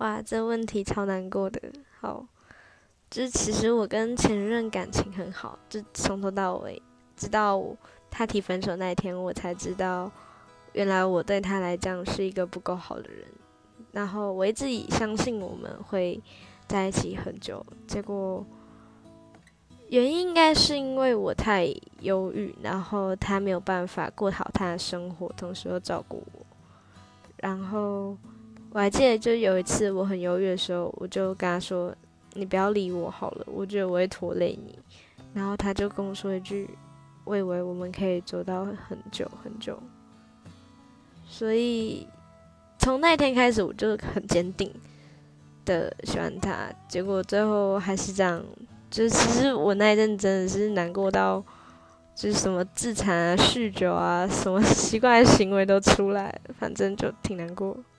哇，这问题超难过的。好，就是其实我跟前任感情很好，就从头到尾，直到他提分手那一天，我才知道，原来我对他来讲是一个不够好的人。然后我一直以相信我们会在一起很久，结果原因应该是因为我太忧郁，然后他没有办法过好他的生活，同时又照顾我。然后我还记得，就有一次我很忧郁的时候，我就跟他说：“你不要理我好了，我觉得我会拖累你。”然后他就跟我说一句：“我以为我们可以走到很久很久。”所以从那一天开始，我就很坚定的喜欢他。结果最后还是这样，就是其实我那一阵真的是难过到，就是什么自残啊、酗酒啊，什么奇怪的行为都出来了，反正就挺难过。